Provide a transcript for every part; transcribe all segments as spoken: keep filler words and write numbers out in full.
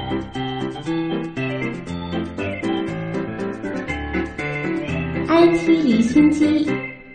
I T 离心机。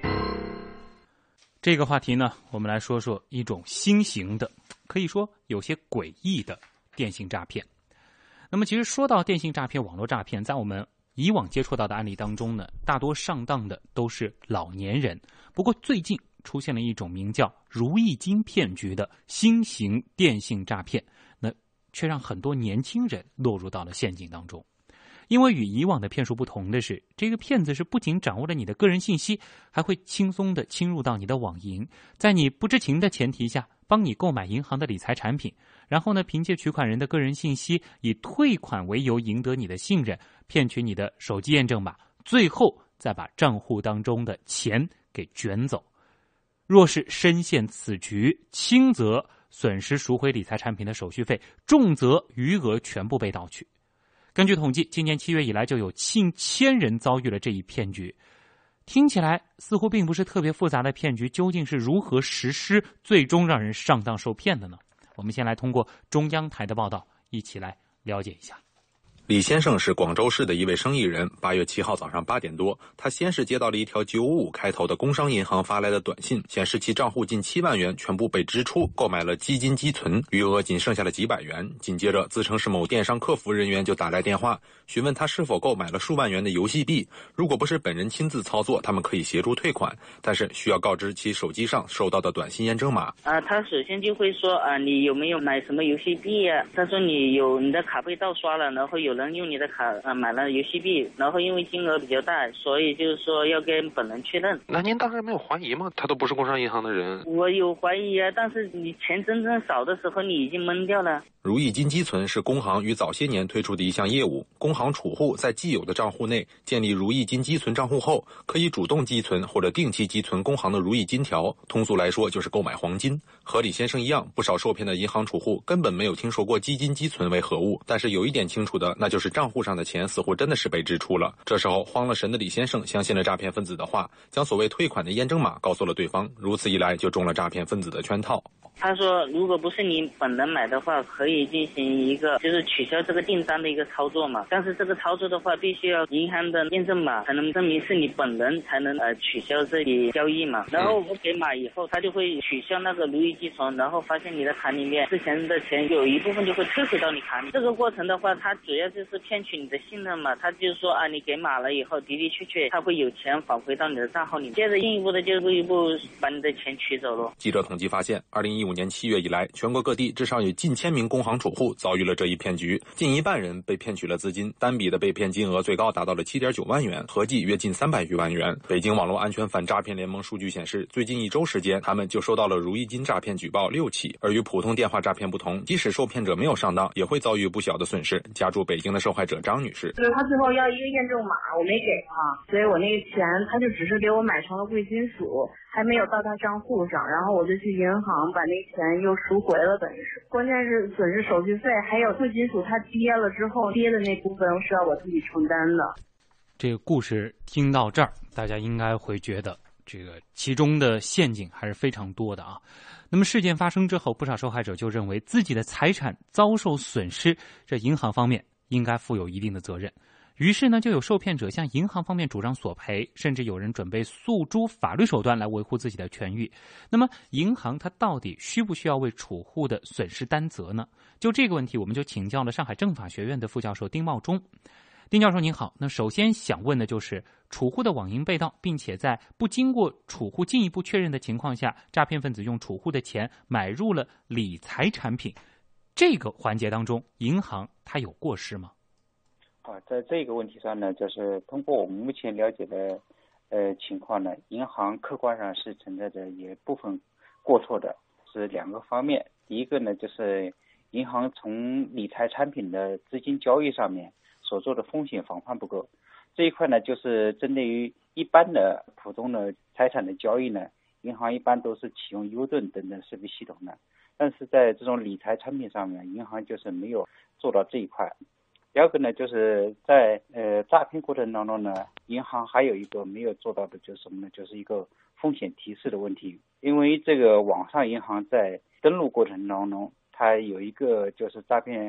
这个话题呢，我们来说说一种新型的，可以说有些诡异的电信诈骗。那么其实说到电信诈骗、网络诈骗，在我们以往接触到的案例当中呢，大多上当的都是老年人。不过最近出现了一种名叫如意金骗局的新型电信诈骗，那却让很多年轻人落入到了陷阱当中。因为与以往的骗术不同的是，这个骗子是不仅掌握了你的个人信息，还会轻松地侵入到你的网银，在你不知情的前提下帮你购买银行的理财产品，然后呢，凭借取款人的个人信息，以退款为由赢得你的信任，骗取你的手机验证码，最后再把账户当中的钱给卷走。若是深陷此局，轻则损失赎回理财产品的手续费，重则余额全部被盗取。根据统计，今年七月以来就有近千人遭遇了这一骗局。听起来似乎并不是特别复杂的骗局，究竟是如何实施，最终让人上当受骗的呢？我们先来通过中央台的报道，一起来了解一下。 李先生是广州市的一位生意人。八月七号早上八点多，他先是接到了一条九五五开头的工商银行发来的短信，显示其账户近七万元全部被支出，购买了基金积存，余额仅剩下了几百元。紧接着，自称是某电商客服人员就打来电话，询问他是否购买了数万元的游戏币。如果不是本人亲自操作，他们可以协助退款，但是需要告知其手机上收到的短信验证码。 啊，他首先就会说啊，你有没有买什么游戏币啊？他说你有，你的卡被盗刷了，然后有人用你的卡啊买了游戏币，然后因为金额比较大，所以就是说要跟本人确认。 那您当时没有怀疑吗？他都不是工商银行的人。 我有怀疑啊，但是你钱真正少的时候，你已经懵掉了。 如意金积存是工行于早些年推出的一项业务，工行储户在既有的账户内建立如意金积存账户后，可以主动积存或者定期积存工行的如意金条，通俗来说就是购买黄金。和李先生一样，不少受骗的银行储户根本没有听说过基金积存为何物，但是有一点清楚的，那就是账户上的钱似乎真的是被支出了。这时候慌了神的李先生相信了诈骗分子的话，将所谓退款的验证码告诉了对方，如此一来就中了诈骗分子的圈套。 他说如果不是你本人买的话，可以进行一个就是取消这个订单的一个操作嘛，但是这个操作的话必须要银行的验证码才能证明是你本人，才能呃取消这笔交易嘛。然后我给码以后，他就会取消那个如意积存，然后发现你的卡里面之前的钱有一部分就会退回到你卡里。这个过程的话，他主要就是骗取你的信任嘛，他就是说啊，你给码了以后的的确确他会有钱返回到你的账号里，接着进一步的就一步一步把你的钱取走了。 记者统计发现，二零一五年七月以来，全国各地至少有近千名工行储户遭遇了这一骗局，近一半人被骗取了资金，单笔的被骗金额最高达到了七点九万元，合计约近三百余万元。北京网络安全反诈骗联盟数据显示，最近一周时间，他们就收到了如意金诈骗举报六起。而与普通电话诈骗不同，即使受骗者没有上当，也会遭遇不小的损失。家住北京的受害者张女士， 就是他最后要一个验证码，我没给他，所以我那个钱他就只是给我买成了贵金属，还没有到他账户上，然后我就去银行把那钱又赎回了，等于是。关键是损失手续费，还有贵金属它跌了之后跌的那部分是要我自己承担的。 这个故事听到这儿，大家应该会觉得这个其中的陷阱还是非常多的啊。那么事件发生之后，不少受害者就认为自己的财产遭受损失，这银行方面应该负有一定的责任。于是呢，就有受骗者向银行方面主张索赔，甚至有人准备诉诸法律手段来维护自己的权益。那么银行它到底需不需要为储户的损失担责呢？就这个问题，我们就请教了上海政法学院的副教授丁茂忠。丁教授您好，那首先想问的就是储户的网银被盗，并且在不经过储户进一步确认的情况下，诈骗分子用储户的钱买入了理财产品，这个环节当中银行它有过失吗？ 啊，在这个问题上呢，就是通过我们目前了解的呃情况呢，银行客观上是存在着也部分过错的，是两个方面。第一个呢，就是银行从理财产品的资金交易上面所做的风险防范不够。这一块呢，就是针对于一般的普通的财产的交易呢，银行一般都是启用优盾等等设备系统的，但是在这种理财产品上面，银行就是没有做到这一块。第二个呢，就是在呃诈骗过程当中呢，银行还有一个没有做到的就是什么呢？就是一个风险提示的问题。因为这个网上银行在登录过程当中，它有一个就是诈骗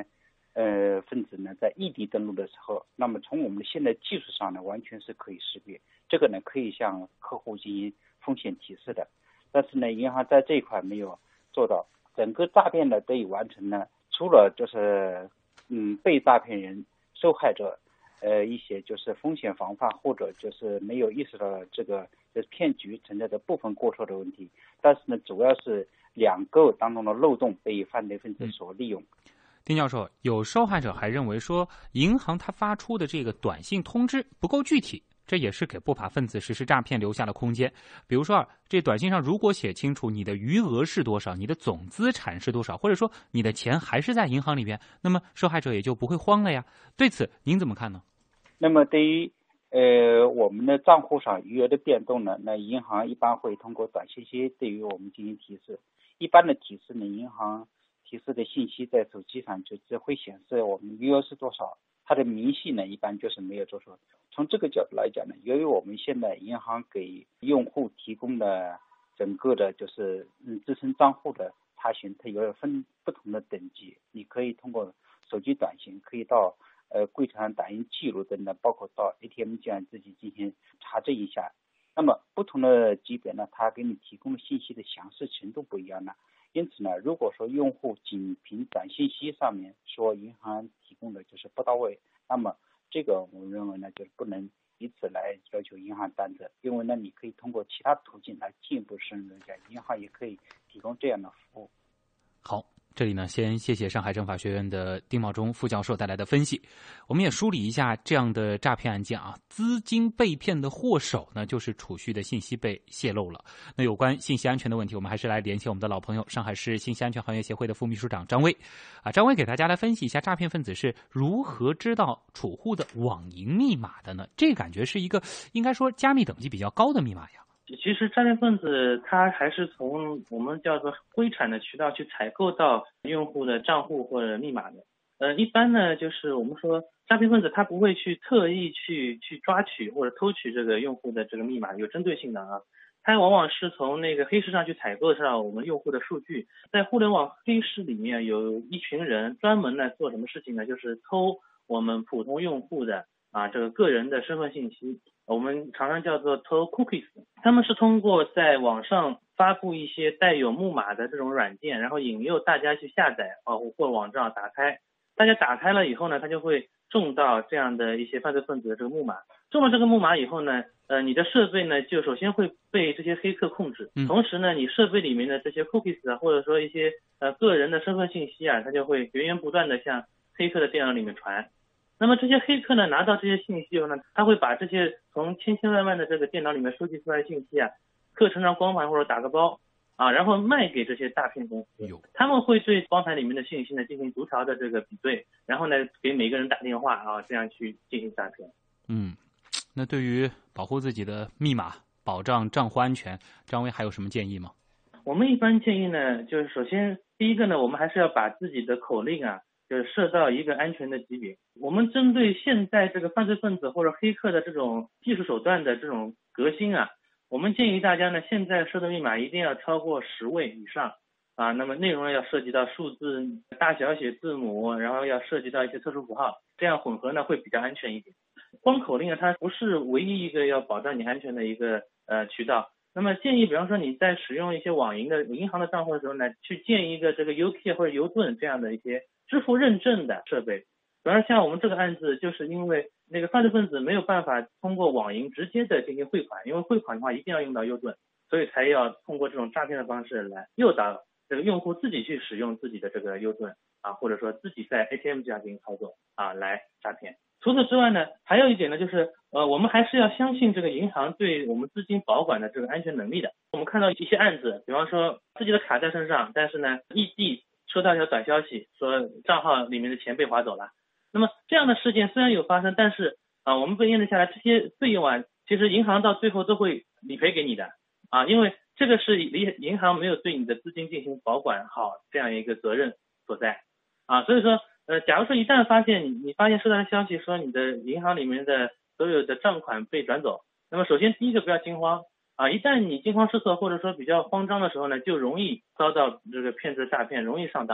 呃分子呢在异地登录的时候，那么从我们现在技术上呢，完全是可以识别，这个呢可以向客户进行风险提示的。但是呢，银行在这一块没有做到，整个诈骗的得以完成呢，除了就是嗯被诈骗人、受害者呃一些就是风险防范或者就是没有意识到这个就是骗局存在的部分过错的问题，但是呢，主要是两个当中的漏洞被犯罪分子所利用。 嗯，丁教授，有受害者还认为说，银行他发出的这个短信通知不够具体，这也是给不法分子实施诈骗留下了空间。比如说啊，这短信上如果写清楚你的余额是多少，你的总资产是多少，或者说你的钱还是在银行里边，那么受害者也就不会慌了呀。对此您怎么看呢？ 那么对于呃我们的账户上余额的变动呢，那银行一般会通过短信息对于我们进行提示。一般的提示呢，银行提示的信息在手机上就只会显示我们余额是多少，它的明细呢一般就是没有做出。从这个角度来讲呢，由于我们现在银行给用户提供的整个的就是嗯自身账户的查询，它有分不同的等级，你可以通过手机短信，可以到呃柜台打印记录等等，包括到 A T M 机上自己进行查证一下。那么不同的级别呢，它给你提供的信息的详实程度不一样呢。因此呢，如果说用户仅凭短信息上面说银行提供的就是不到位，那么这个我认为呢，就是不能以此来要求银行担责，因为呢，你可以通过其他途径来进一步深入一下，银行也可以提供这样的服务。 好，这里呢，先谢谢上海政法学院的丁茂忠副教授带来的分析。我们也梳理一下这样的诈骗案件啊，资金被骗的祸首呢，就是储蓄的信息被泄露了。那有关信息安全的问题，我们还是来联系我们的老朋友，上海市信息安全行业协会的副秘书长张威。啊，张威给大家来分析一下诈骗分子是如何知道储户的网银密码的呢？这感觉是一个应该说加密等级比较高的密码呀。 其实诈骗分子他还是从我们叫做灰产的渠道去采购到用户的账户或者密码的。呃，一般呢，就是我们说诈骗分子他不会去特意去去抓取或者偷取这个用户的这个密码，有针对性的啊。他往往是从那个黑市上去采购上我们用户的数据，在互联网黑市里面有一群人专门来做什么事情呢？就是偷我们普通用户的啊这个个人的身份信息。我们常常叫做偷 cookies， 他们是通过在网上发布一些带有木马的这种软件，然后引诱大家去下载啊或网站打开，大家打开了以后呢，他就会中到这样的一些犯罪分子的这个木马，中了这个木马以后呢，呃，你的设备呢就首先会被这些黑客控制，同时呢，你设备里面的这些 cookies 啊，或者说一些呃个人的身份信息啊，它就会源源不断的向黑客的电脑里面传。那么这些黑客呢，拿到这些信息后呢，他会把这些从千千万万的这个电脑里面收集出来的信息啊，刻成张光盘或者打个包啊，然后卖给这些诈骗公司。他们会对光盘里面的信息呢进行逐条的这个比对，然后呢给每个人打电话啊，这样去进行诈骗。 嗯，那对于保护自己的密码、保障账户安全，张威还有什么建议吗？ 我们一般建议呢，就是首先第一个呢，我们还是要把自己的口令啊，就是设到一个安全的级别。我们针对现在这个犯罪分子或者黑客的这种技术手段的这种革新啊，我们建议大家呢，现在设的密码一定要超过十位以上啊。那么内容要涉及到数字大小写字母，然后要涉及到一些特殊符号，这样混合呢会比较安全一点。光口令啊，它不是唯一一个要保障你安全的一个呃渠道。那么建议，比方说你在使用一些网银的银行的账户的时候呢，去建一个这个 U K 或者邮盾这样的一些支付认证的设备。比方说像我们这个案子，就是因为那个犯罪分子没有办法通过网银直接的进行汇款，因为汇款的话一定要用到邮盾，所以才要通过这种诈骗的方式来诱导这个用户自己去使用自己的这个邮盾啊，或者说自己在 A T M 机上进行操作啊来诈骗。除此之外呢，还有一点呢，就是呃，我们还是要相信这个银行对我们资金保管的这个安全能力的。我们看到一些案子，比方说自己的卡在身上，但是呢，异地收到一条短消息说账号里面的钱被划走了。那么这样的事件虽然有发生，但是啊、呃，我们被验证下来，这些费用啊，其实银行到最后都会理赔给你的啊，因为这个是银行没有对你的资金进行保管好这样一个责任所在啊，所以说。呃，假如说一旦发现你你发现收到的消息说你的银行里面的所有的账款被转走，那么首先第一个不要惊慌啊，一旦你惊慌失措或者说比较慌张的时候呢，就容易遭到这个骗子诈骗，容易上当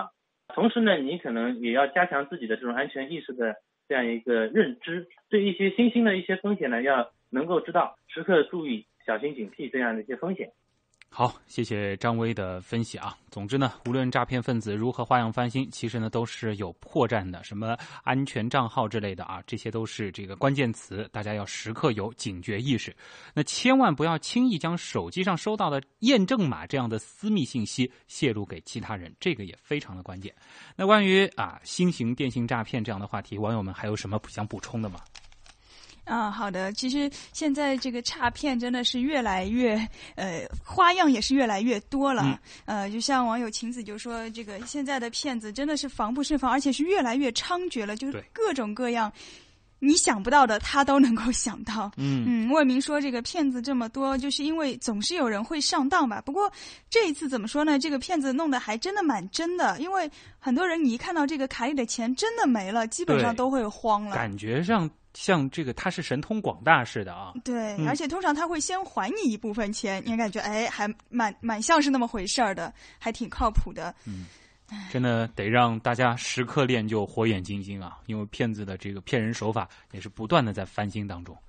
同时呢，你可能也要加强自己的这种安全意识的这样一个认知，对一些新兴的一些风险呢，要能够知道，时刻注意、小心警惕这样的一些风险。 好，谢谢张威的分析啊。总之呢，无论诈骗分子如何花样翻新，其实呢都是有破绽的，什么安全账号之类的啊，这些都是这个关键词，大家要时刻有警觉意识。那千万不要轻易将手机上收到的验证码这样的私密信息泄露给其他人，这个也非常的关键。那关于啊新型电信诈骗这样的话题，网友们还有什么想补充的吗？ 啊，好的。其实现在这个诈骗真的是越来越，呃，花样也是越来越多了。嗯、呃，就像网友晴子就说，这个现在的骗子真的是防不胜防，而且是越来越猖獗了，就是各种各样你想不到的，他都能够想到。嗯嗯，魏明说这个骗子这么多，就是因为总是有人会上当吧。不过这一次怎么说呢？这个骗子弄得还真的蛮真的，因为很多人你一看到这个卡里的钱真的没了，基本上都会慌了， 感觉上。像这个他是神通广大似的啊， 对、嗯，而且通常他会先还你一部分钱，你感觉哎，还蛮蛮像是那么回事儿的，还挺靠谱的。 嗯，真的得让大家时刻练就火眼金睛啊，因为骗子的这个骗人手法也是不断的在翻新当中。